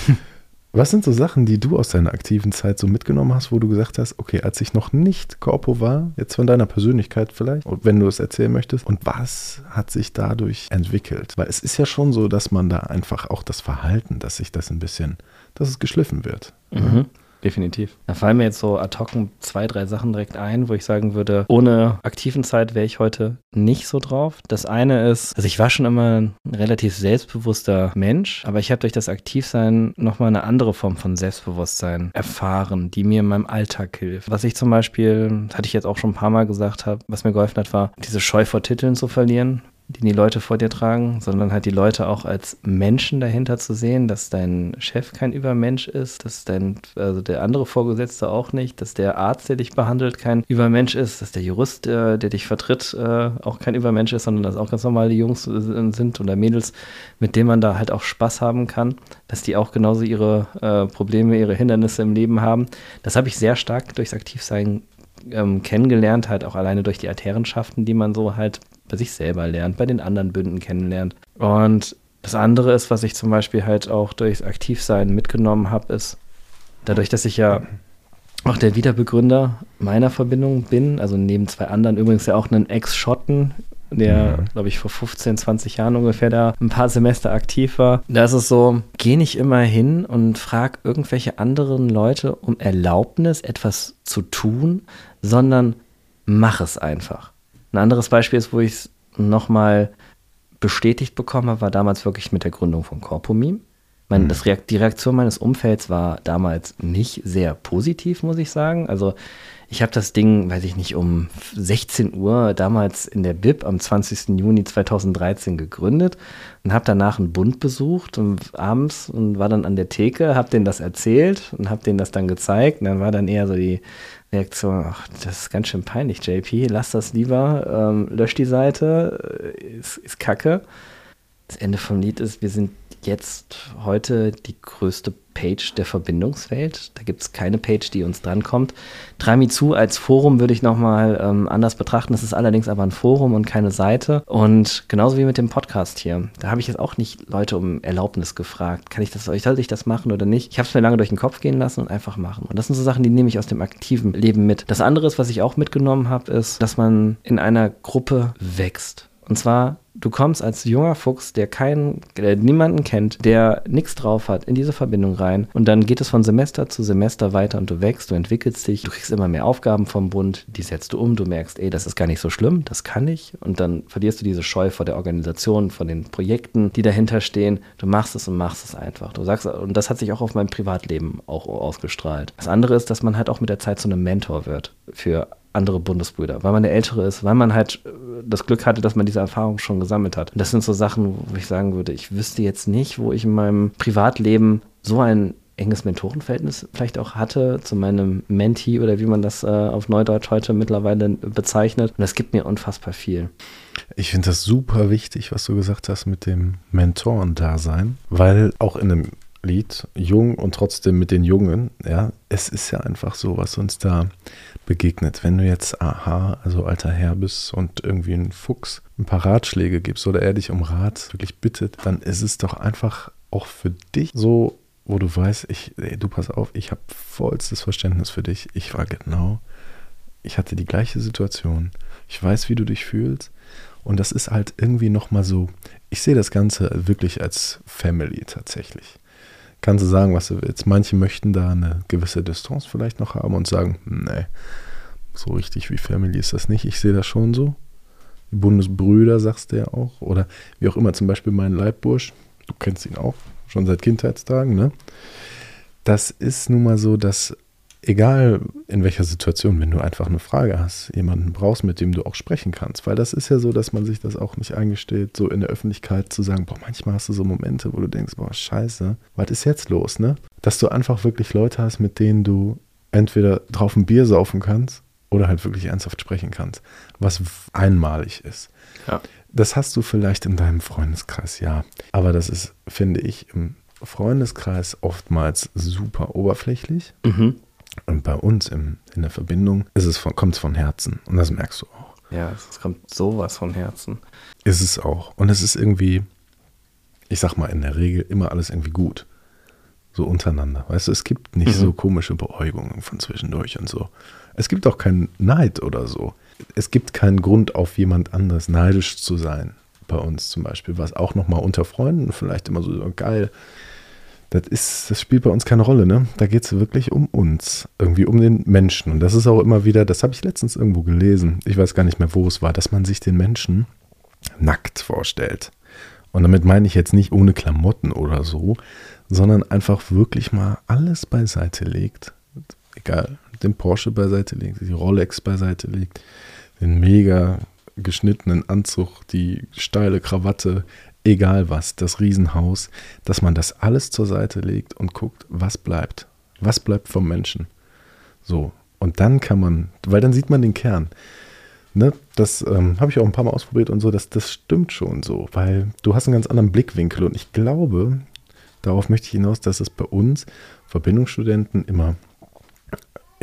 was sind so Sachen, die du aus deiner aktiven Zeit so mitgenommen hast, wo du gesagt hast, okay, als ich noch nicht Korpo war, jetzt von deiner Persönlichkeit vielleicht, wenn du es erzählen möchtest, und was hat sich dadurch entwickelt? Weil es ist ja schon so, dass man da einfach auch das Verhalten, dass sich das ein bisschen, dass es geschliffen wird.
Mhm. Definitiv. Da fallen mir jetzt so ad hoc zwei, drei Sachen direkt ein, wo ich sagen würde, ohne aktiven Zeit wäre ich heute nicht so drauf. Das eine ist, also ich war schon immer ein relativ selbstbewusster Mensch, aber ich habe durch das Aktivsein nochmal eine andere Form von Selbstbewusstsein erfahren, die mir in meinem Alltag hilft. Was ich zum Beispiel, das hatte ich jetzt auch schon ein paar Mal gesagt habe, was mir geholfen hat, war, diese Scheu vor Titeln zu verlieren, die die Leute vor dir tragen, sondern halt die Leute auch als Menschen dahinter zu sehen, dass dein Chef kein Übermensch ist, dass dein, also der andere Vorgesetzte auch nicht, dass der Arzt, der dich behandelt, kein Übermensch ist, dass der Jurist, der, der dich vertritt, äh, auch kein Übermensch ist, sondern dass auch ganz normale Jungs sind oder Mädels, mit denen man da halt auch Spaß haben kann, dass die auch genauso ihre äh, Probleme, ihre Hindernisse im Leben haben. Das habe ich sehr stark durchs Aktivsein ähm, kennengelernt, halt auch alleine durch die Altherrenschaften, die man so halt bei sich selber lernt, bei den anderen Bünden kennenlernt. Und das andere ist, was ich zum Beispiel halt auch durchs Aktivsein mitgenommen habe, ist, dadurch, dass ich ja auch der Wiederbegründer meiner Verbindung bin, also neben zwei anderen, übrigens ja auch einen Ex-Schotten, der, glaube ich, vor fünfzehn, zwanzig Jahren ungefähr da ein paar Semester aktiv war. Da ist es so, geh nicht immer hin und frag irgendwelche anderen Leute um Erlaubnis, etwas zu tun, sondern mach es einfach. Ein anderes Beispiel ist, wo ich es nochmal bestätigt bekommen habe, war damals wirklich mit der Gründung von Corpomeme. Mein, mhm. das Reakt- die Reaktion meines Umfelds war damals nicht sehr positiv, muss ich sagen. Also ich habe das Ding, weiß ich nicht, um sechzehn Uhr damals in der B I P am zwanzigsten Juni zweitausenddreizehn gegründet und habe danach einen Bund besucht und abends und war dann an der Theke, habe denen das erzählt und habe denen das dann gezeigt. Und dann war dann eher so die Reaktion, ach, das ist ganz schön peinlich, J P, lass das lieber, ähm, lösch die Seite, ist, ist kacke. Das Ende vom Lied ist, wir sind jetzt heute die größte Page der Verbindungswelt. Da gibt es keine Page, die uns drankommt. Tramizu als Forum würde ich nochmal ähm, anders betrachten. Das ist allerdings aber ein Forum und keine Seite. Und genauso wie mit dem Podcast hier. Da habe ich jetzt auch nicht Leute um Erlaubnis gefragt. Kann ich das, soll ich das machen oder nicht? Ich habe es mir lange durch den Kopf gehen lassen und einfach machen. Und das sind so Sachen, die nehme ich aus dem aktiven Leben mit. Das andere ist, was ich auch mitgenommen habe, ist, dass man in einer Gruppe wächst. Und zwar, du kommst als junger Fuchs, der keinen, der niemanden kennt, der nichts drauf hat, in diese Verbindung rein. Und dann geht es von Semester zu Semester weiter und du wächst, du entwickelst dich, du kriegst immer mehr Aufgaben vom Bund, die setzt du um, du merkst, ey, das ist gar nicht so schlimm, das kann ich. Und dann verlierst du diese Scheu vor der Organisation, vor den Projekten, die dahinter stehen. Du machst es und machst es einfach. Du sagst, und das hat sich auch auf mein Privatleben auch ausgestrahlt. Das andere ist, dass man halt auch mit der Zeit zu einem Mentor wird für andere Bundesbrüder, weil man der Ältere ist, weil man halt das Glück hatte, dass man diese Erfahrung schon gesammelt hat. Und das sind so Sachen, wo ich sagen würde, ich wüsste jetzt nicht, wo ich in meinem Privatleben so ein enges Mentorenverhältnis vielleicht auch hatte zu meinem Mentee oder wie man das äh, auf Neudeutsch heute mittlerweile bezeichnet. Und das gibt mir unfassbar viel.
Ich finde das super wichtig, was du gesagt hast mit dem Mentoren-Dasein, weil auch in einem Lied, jung und trotzdem mit den Jungen, ja, es ist ja einfach so, was uns da begegnet. Wenn du jetzt, aha, also alter Herr bist und irgendwie ein Fuchs ein paar Ratschläge gibst oder er dich um Rat wirklich bittet, dann ist es doch einfach auch für dich so, wo du weißt, ich, ey, du pass auf, ich habe vollstes Verständnis für dich. Ich war genau, ich hatte die gleiche Situation. Ich weiß, wie du dich fühlst. Und das ist halt irgendwie nochmal so, ich sehe das Ganze wirklich als Family tatsächlich. Kannst du sagen, was du willst. Manche möchten da eine gewisse Distanz vielleicht noch haben und sagen, nee, so richtig wie Family ist das nicht. Ich sehe das schon so. Die Bundesbrüder, sagst du ja auch. Oder wie auch immer, zum Beispiel mein Leibbursch. Du kennst ihn auch, schon seit Kindheitstagen, ne? Das ist nun mal so, dass egal in welcher Situation, wenn du einfach eine Frage hast, jemanden brauchst, mit dem du auch sprechen kannst. Weil das ist ja so, dass man sich das auch nicht eingesteht, so in der Öffentlichkeit zu sagen, boah, manchmal hast du so Momente, wo du denkst, boah, scheiße, was ist jetzt los, ne? Dass du einfach wirklich Leute hast, mit denen du entweder drauf ein Bier saufen kannst oder halt wirklich ernsthaft sprechen kannst, was einmalig ist.
Ja.
Das hast du vielleicht in deinem Freundeskreis, ja. Aber das ist, finde ich, im Freundeskreis oftmals super oberflächlich.
Mhm.
Und bei uns im, in der Verbindung ist es von, kommt es von Herzen. Und das merkst du auch.
Ja, es kommt sowas von Herzen.
Ist es auch. Und es ist irgendwie, ich sag mal, in der Regel immer alles irgendwie gut. So untereinander. Weißt du, es gibt nicht mhm. so komische Beäugungen von zwischendurch und so. Es gibt auch keinen Neid oder so. Es gibt keinen Grund, auf jemand anderes neidisch zu sein. Bei uns zum Beispiel. Was auch nochmal unter Freunden vielleicht immer so, so geil. Das ist, das spielt bei uns keine Rolle, ne? Da geht es wirklich um uns, irgendwie um den Menschen. Und das ist auch immer wieder, das habe ich letztens irgendwo gelesen, ich weiß gar nicht mehr, wo es war, dass man sich den Menschen nackt vorstellt. Und damit meine ich jetzt nicht ohne Klamotten oder so, sondern einfach wirklich mal alles beiseite legt. Egal, den Porsche beiseite legt, die Rolex beiseite legt, den mega geschnittenen Anzug, die steile Krawatte, egal was, das Riesenhaus, dass man das alles zur Seite legt und guckt, was bleibt. Was bleibt vom Menschen? So, und dann kann man, weil dann sieht man den Kern. Ne, das ähm, habe ich auch ein paar Mal ausprobiert und so, das, das stimmt schon so, weil du hast einen ganz anderen Blickwinkel und ich glaube, darauf möchte ich hinaus, dass es bei uns Verbindungsstudenten immer im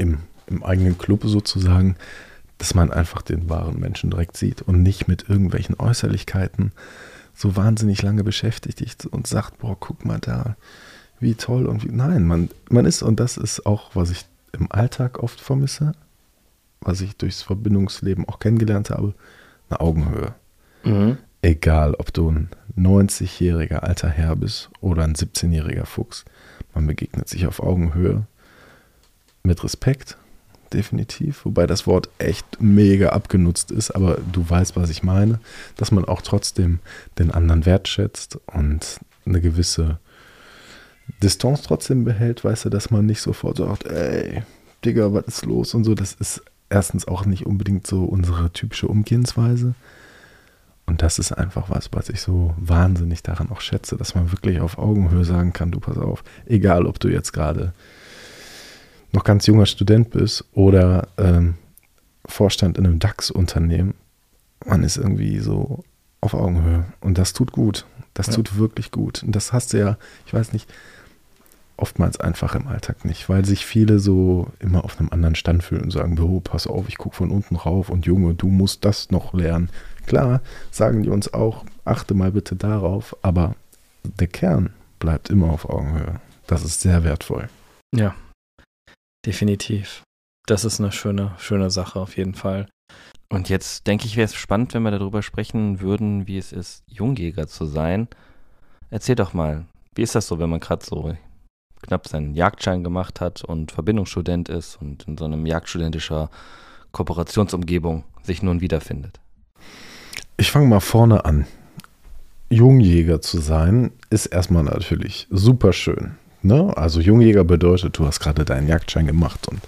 im eigenen Club sozusagen, dass man einfach den wahren Menschen direkt sieht und nicht mit irgendwelchen Äußerlichkeiten so wahnsinnig lange beschäftigt ist und sagt, boah, guck mal da, wie toll und wie, nein, man, man ist, und das ist auch, was ich im Alltag oft vermisse, was ich durchs Verbindungsleben auch kennengelernt habe, eine Augenhöhe. Mhm. Egal, ob du ein neunzigjähriger alter Herr bist oder ein siebzehnjähriger Fuchs, man begegnet sich auf Augenhöhe mit Respekt, definitiv, wobei das Wort echt mega abgenutzt ist, aber du weißt, was ich meine, dass man auch trotzdem den anderen wertschätzt und eine gewisse Distanz trotzdem behält, weißt du, dass man nicht sofort sagt, ey, Digga, was ist los und so, das ist erstens auch nicht unbedingt so unsere typische Umgehensweise und das ist einfach was, was ich so wahnsinnig daran auch schätze, dass man wirklich auf Augenhöhe sagen kann, du pass auf, egal ob du jetzt gerade noch ganz junger Student bist oder ähm, Vorstand in einem DAX-Unternehmen, man ist irgendwie so auf Augenhöhe und das tut gut. Das ja. tut wirklich gut. Und das hast du ja, ich weiß nicht, oftmals einfach im Alltag nicht, weil sich viele so immer auf einem anderen Stand fühlen und sagen, oh, pass auf, ich gucke von unten rauf und Junge, du musst das noch lernen. Klar, sagen die uns auch, achte mal bitte darauf, aber der Kern bleibt immer auf Augenhöhe. Das ist sehr wertvoll.
Ja. Definitiv. Das ist eine schöne, schöne Sache auf jeden Fall. Und jetzt denke ich, wäre es spannend, wenn wir darüber sprechen würden, wie es ist, Jungjäger zu sein. Erzähl doch mal, wie ist das so, wenn man gerade so knapp seinen Jagdschein gemacht hat und Verbindungsstudent ist und in so einem jagdstudentischer Kooperationsumgebung sich nun wiederfindet?
Ich fange mal vorne an. Jungjäger zu sein, ist erstmal natürlich super schön. Ne? Also Jungjäger bedeutet, du hast gerade deinen Jagdschein gemacht und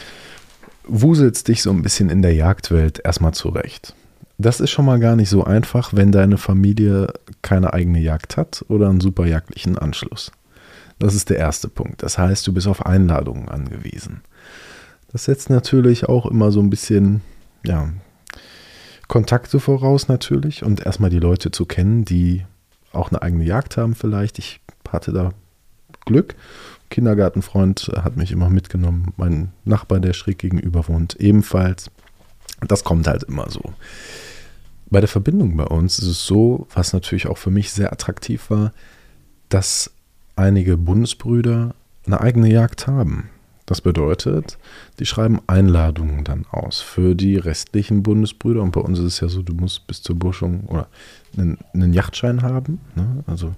wuselst dich so ein bisschen in der Jagdwelt erstmal zurecht. Das ist schon mal gar nicht so einfach, wenn deine Familie keine eigene Jagd hat oder einen super jagdlichen Anschluss. Das ist der erste Punkt. Das heißt, du bist auf Einladungen angewiesen. Das setzt natürlich auch immer so ein bisschen, ja, Kontakte voraus natürlich und erstmal die Leute zu kennen, die auch eine eigene Jagd haben vielleicht. Ich hatte da Glück. Kindergartenfreund hat mich immer mitgenommen. Mein Nachbar, der schräg gegenüber wohnt, ebenfalls. Das kommt halt immer so. Bei der Verbindung bei uns ist es so, was natürlich auch für mich sehr attraktiv war, dass einige Bundesbrüder eine eigene Jagd haben. Das bedeutet, die schreiben Einladungen dann aus für die restlichen Bundesbrüder. Und bei uns ist es ja so, du musst bis zur Burschung oder einen, einen Jagdschein haben. Ne? Also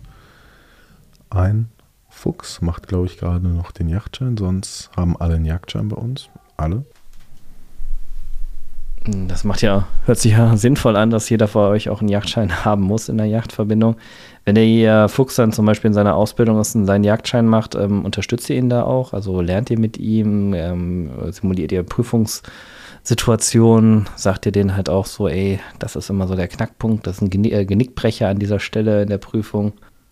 ein Fuchs macht, glaube ich, gerade noch den Jagdschein, sonst haben alle einen Jagdschein bei uns. Alle.
Das macht ja, hört sich ja sinnvoll an, dass jeder von euch auch einen Jagdschein haben muss in der Jagdverbindung. Wenn der Fuchs dann zum Beispiel in seiner Ausbildung ist und seinen Jagdschein macht, ähm, unterstützt ihr ihn da auch? Also lernt ihr mit ihm, ähm, simuliert ihr Prüfungssituationen, sagt ihr denen halt auch so, ey, das ist immer so der Knackpunkt, das ist ein Genick- äh, Genickbrecher an dieser Stelle in der Prüfung?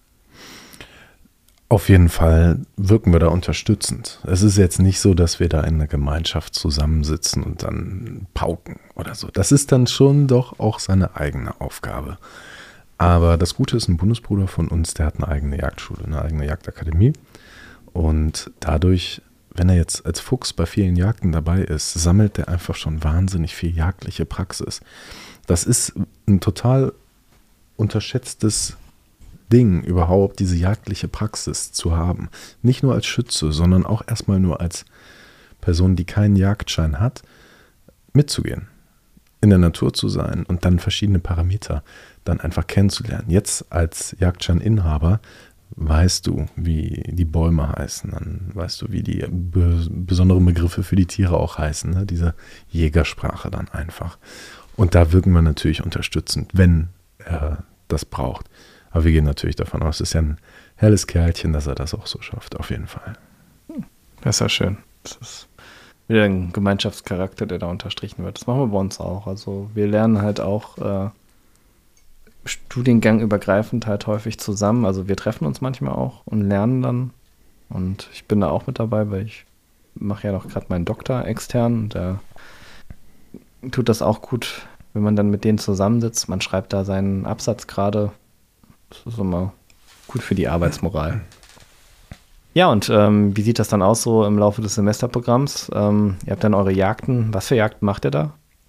Auf jeden Fall wirken wir da unterstützend. Es ist jetzt nicht so, dass wir da in einer Gemeinschaft zusammensitzen und dann pauken oder so. Das ist dann schon doch auch seine eigene Aufgabe. Aber das Gute ist, ein Bundesbruder von uns, der hat eine eigene Jagdschule, eine eigene Jagdakademie. Und dadurch, wenn er jetzt als Fuchs bei vielen Jagden dabei ist, sammelt er einfach schon wahnsinnig viel jagdliche Praxis. Das ist ein total unterschätztes Ding überhaupt, diese jagdliche Praxis zu haben. Nicht nur als Schütze, sondern auch erstmal nur als Person, die keinen Jagdschein hat, mitzugehen, in der Natur zu sein und dann verschiedene Parameter dann einfach kennenzulernen. Jetzt als Jagdscheininhaber weißt du, wie die Bäume heißen, dann weißt du, wie die be- besonderen Begriffe für die Tiere auch heißen, ne? Diese Jägersprache dann einfach. Und da wirken wir natürlich unterstützend, wenn er das braucht. Aber wir gehen natürlich davon aus, es ist ja ein helles Kerlchen, dass er das auch so schafft, auf jeden Fall.
Das ist ja schön. Das ist wieder ein Gemeinschaftscharakter, der da unterstrichen wird. Das machen wir bei uns auch. Also wir lernen halt auch äh, studiengangübergreifend halt häufig zusammen. Also wir treffen uns manchmal auch und lernen dann. Und ich bin da auch mit dabei, weil ich mache ja noch gerade meinen Doktor extern. Und da tut das auch gut, wenn man dann mit denen zusammensitzt. Man schreibt da seinen Absatz gerade. Das ist immer gut für die Arbeitsmoral. Ja, und ähm, wie sieht das dann aus so im Laufe des Semesterprogramms? Ähm, ihr habt dann eure Jagden. Was für Jagden macht ihr da?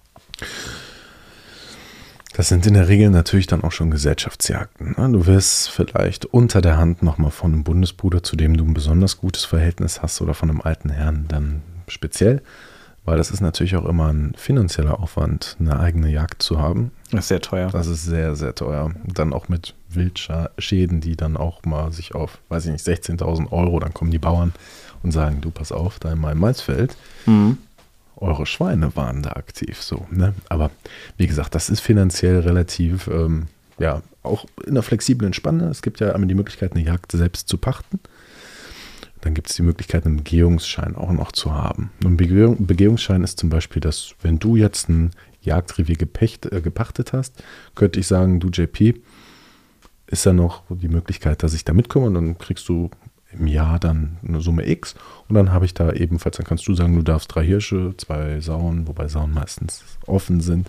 Das sind in der Regel natürlich dann auch schon Gesellschaftsjagden. Ne? Du wirst vielleicht unter der Hand nochmal von einem Bundesbruder, zu dem du ein besonders gutes Verhältnis hast, oder von einem alten Herrn dann speziell, weil das ist natürlich auch immer ein finanzieller Aufwand, eine eigene Jagd zu haben.
Das ist sehr teuer.
Das ist sehr, sehr teuer. Dann auch mit Wildschäden, die dann auch mal sich auf, weiß ich nicht, sechzehntausend Euro, dann kommen die Bauern und sagen, du, pass auf, da in meinem Maisfeld, mhm. eure Schweine waren da aktiv, so, ne? Aber wie gesagt, das ist finanziell relativ, ähm, ja, auch in einer flexiblen Spanne. Es gibt ja einmal die Möglichkeit, eine Jagd selbst zu pachten. Dann gibt es die Möglichkeit, einen Begehungsschein auch noch zu haben. Ein Begehung, Begehungsschein ist zum Beispiel, dass wenn du jetzt ein Jagdrevier gepächt, äh, gepachtet hast, könnte ich sagen, du J P, ist da noch die Möglichkeit, dass ich da mitkomme, und dann kriegst du im Jahr dann eine Summe X, und dann habe ich da ebenfalls, dann kannst du sagen, du darfst drei Hirsche, zwei Sauen, wobei Sauen meistens offen sind,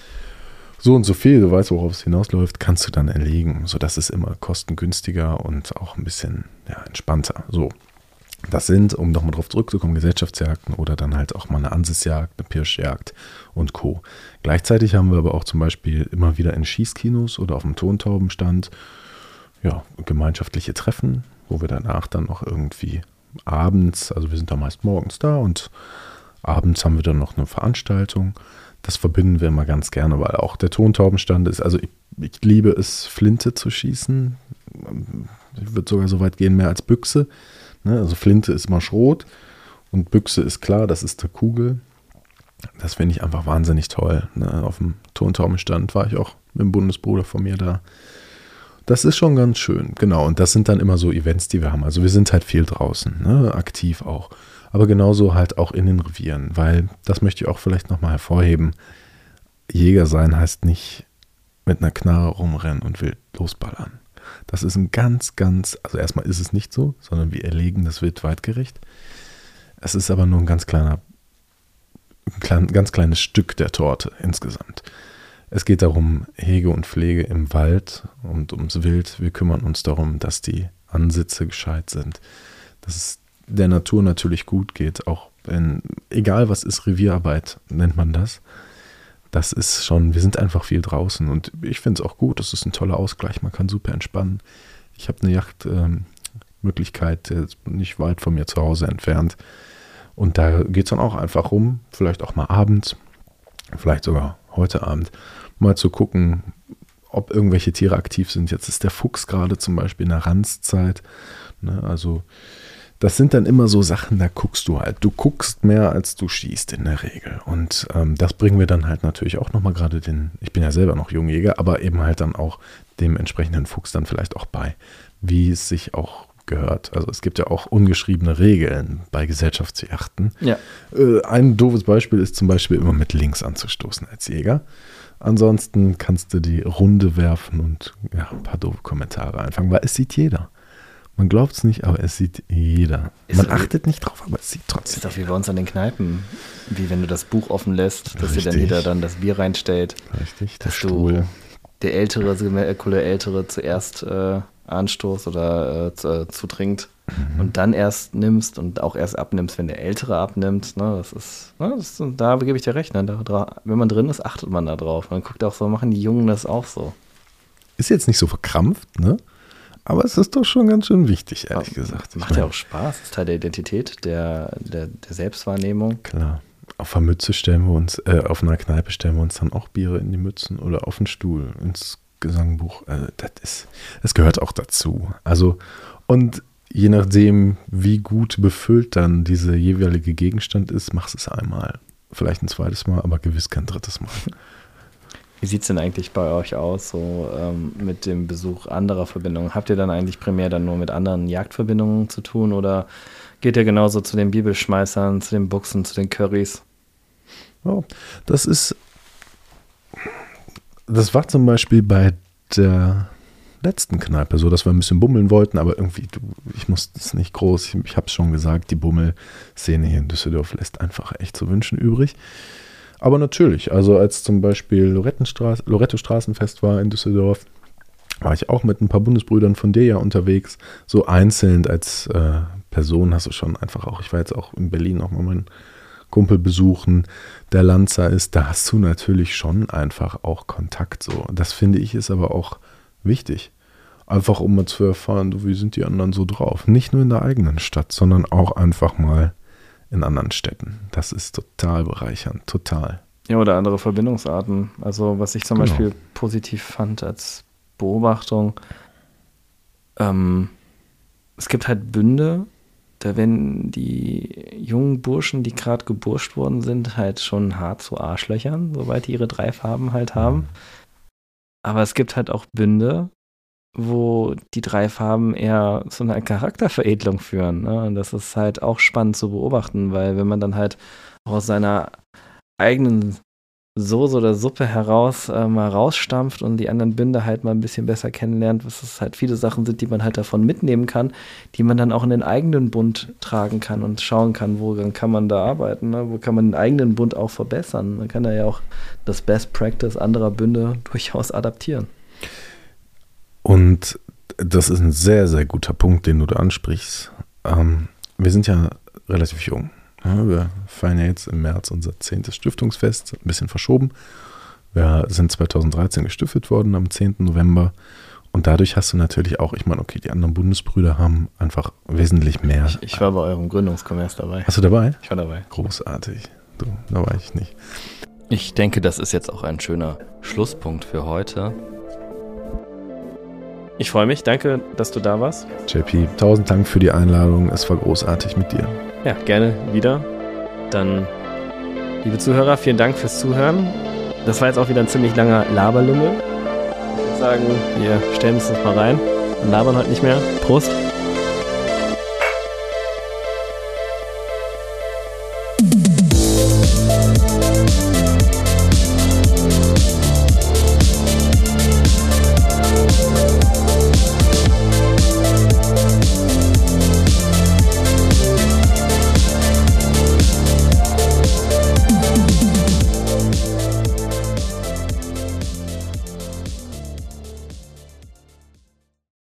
so und so viel, du weißt, worauf es hinausläuft, kannst du dann erlegen. So, das ist immer kostengünstiger und auch ein bisschen ja, entspannter. So. Das sind, um nochmal drauf zurückzukommen, Gesellschaftsjagden oder dann halt auch mal eine Ansisjagd, eine Pirschjagd und Co. Gleichzeitig haben wir aber auch zum Beispiel immer wieder in Schießkinos oder auf dem Tontaubenstand ja, gemeinschaftliche Treffen, wo wir danach dann noch irgendwie abends, also wir sind da meist morgens da, und abends haben wir dann noch eine Veranstaltung. Das verbinden wir immer ganz gerne, weil auch der Tontaubenstand ist, also ich, ich liebe es, Flinte zu schießen. Ich würde sogar so weit gehen, mehr als Büchse. Also Flinte ist mal Schrot und Büchse ist klar, das ist der Kugel. Das finde ich einfach wahnsinnig toll. Auf dem Tontaubenstand war ich auch mit dem Bundesbruder von mir da. Das ist schon ganz schön, genau. Und das sind dann immer so Events, die wir haben. Also wir sind halt viel draußen, ne? Aktiv auch. Aber genauso halt auch in den Revieren, weil, das möchte ich auch vielleicht nochmal hervorheben, Jäger sein heißt nicht mit einer Knarre rumrennen und wild losballern. Das ist ein ganz, ganz, also erstmal ist es nicht so, sondern wir erlegen das Wild weitgerecht. Es ist aber nur ein ganz kleiner, ein klein, ganz kleines Stück der Torte insgesamt. Es geht darum, Hege und Pflege im Wald und ums Wild. Wir kümmern uns darum, dass die Ansitze gescheit sind, dass es der Natur natürlich gut geht, auch wenn, egal was ist, Revierarbeit nennt man das. Das ist schon, wir sind einfach viel draußen, und ich finde es auch gut, das ist ein toller Ausgleich, man kann super entspannen. Ich habe eine Yachtmöglichkeit, ähm, nicht weit von mir zu Hause entfernt, und da geht es dann auch einfach rum, vielleicht auch mal abends, vielleicht sogar heute Abend, mal zu gucken, ob irgendwelche Tiere aktiv sind. Jetzt ist der Fuchs gerade zum Beispiel in der Ranzzeit, ne, also das sind dann immer so Sachen, da guckst du halt. Du guckst mehr, als du schießt in der Regel. Und ähm, das bringen wir dann halt natürlich auch nochmal gerade den, ich bin ja selber noch Jungjäger, aber eben halt dann auch dem entsprechenden Fuchs dann vielleicht auch bei, wie es sich auch gehört. Also es gibt ja auch ungeschriebene Regeln bei Gesellschaftsjachten. Ja. Äh, ein doofes Beispiel ist zum Beispiel immer mit links anzustoßen als Jäger. Ansonsten kannst du die Runde werfen und ja, ein paar doofe Kommentare einfangen, weil es sieht jeder. Man glaubt es nicht, aber es sieht jeder. Ist Man achtet nicht drauf, aber es sieht trotzdem.
Ist doch wie bei uns an den Kneipen. Wie wenn du das Buch offen lässt, dass dir dann jeder dann das Bier reinstellt.
Richtig,
der Stuhl. Der Ältere, der coole Ältere zuerst äh, anstoßt oder äh, zu, äh, zutrinkt mhm. und dann erst nimmst und auch erst abnimmst, wenn der Ältere abnimmt. Ne, das ist, ne, das ist, da gebe ich dir recht. Ne, da, wenn man drin ist, achtet man da drauf. Man guckt auch so, machen die Jungen das auch so.
Ist jetzt nicht so verkrampft, ne? Aber es ist doch schon ganz schön wichtig, ehrlich ja, gesagt.
Macht ja auch Spaß, ist Teil der Identität, der, der, der Selbstwahrnehmung.
Klar. Auf einer Mütze stellen wir uns, äh, auf einer Kneipe stellen wir uns dann auch Biere in die Mützen oder auf den Stuhl, ins Gesangbuch. Also das ist, das gehört auch dazu. Also, und je nachdem, wie gut befüllt dann dieser jeweilige Gegenstand ist, machst du es einmal. Vielleicht ein zweites Mal, aber gewiss kein drittes Mal.
Wie sieht es denn eigentlich bei euch aus, so ähm, mit dem Besuch anderer Verbindungen? Habt ihr dann eigentlich primär dann nur mit anderen Jagdverbindungen zu tun, oder geht ihr genauso zu den Bibelschmeißern, zu den Buchsen, zu den Currys?
Oh, das ist, das war zum Beispiel bei der letzten Kneipe so, dass wir ein bisschen bummeln wollten, aber irgendwie, du, ich musste es nicht groß, ich, ich habe es schon gesagt, die Bummelszene hier in Düsseldorf lässt einfach echt zu wünschen übrig. Aber natürlich, also als zum Beispiel Lorettenstraße, Loretto Straßenfest war in Düsseldorf, war ich auch mit ein paar Bundesbrüdern von dir ja unterwegs, so einzeln als äh, Person hast du schon einfach auch, ich war jetzt auch in Berlin auch mal meinen Kumpel besuchen, der Lanza ist, da hast du natürlich schon einfach auch Kontakt so. Das finde ich ist aber auch wichtig. Einfach um mal zu erfahren, wie sind die anderen so drauf. Nicht nur in der eigenen Stadt, sondern auch einfach mal in anderen Städten. Das ist total bereichernd, total.
Ja, oder andere Verbindungsarten. Also was ich zum
Genau.
Beispiel positiv fand als Beobachtung, ähm, es gibt halt Bünde, da werden die jungen Burschen, die gerade geburscht worden sind, halt schon hart zu Arschlöchern, sobald die ihre drei Farben halt haben. Aber es gibt halt auch Bünde, wo die drei Farben eher zu einer Charakterveredelung führen. Ne? Und das ist halt auch spannend zu beobachten, weil wenn man dann halt aus seiner eigenen Soße oder Suppe heraus äh, mal rausstampft und die anderen Bünde halt mal ein bisschen besser kennenlernt, was es halt viele Sachen sind, die man halt davon mitnehmen kann, die man dann auch in den eigenen Bund tragen kann und schauen kann, woran kann man da arbeiten, ne? Wo kann man den eigenen Bund auch verbessern. Man kann da ja auch das Best Practice anderer Bünde durchaus adaptieren.
Und das ist ein sehr, sehr guter Punkt, den du da ansprichst. Ähm, wir sind ja relativ jung. Ja, wir feiern ja jetzt im März unser zehntes Stiftungsfest, ein bisschen verschoben. Wir sind zweitausenddreizehn gestiftet worden am zehnten November. Und dadurch hast du natürlich auch, ich meine, okay, die anderen Bundesbrüder haben einfach wesentlich mehr.
Ich, ich war bei eurem Gründungskongress dabei.
Hast du dabei?
Ich war dabei.
Großartig. Du, da war ich nicht.
Ich denke, das ist jetzt auch ein schöner Schlusspunkt für heute. Ich freue mich. Danke, dass du da warst.
J P, tausend Dank für die Einladung. Es war großartig mit dir.
Ja, gerne wieder. Dann, liebe Zuhörer, vielen Dank fürs Zuhören. Das war jetzt auch wieder ein ziemlich langer Laberlümmel. Ich würde sagen, wir stellen uns das mal rein und labern heute nicht mehr. Prost!
Thank you.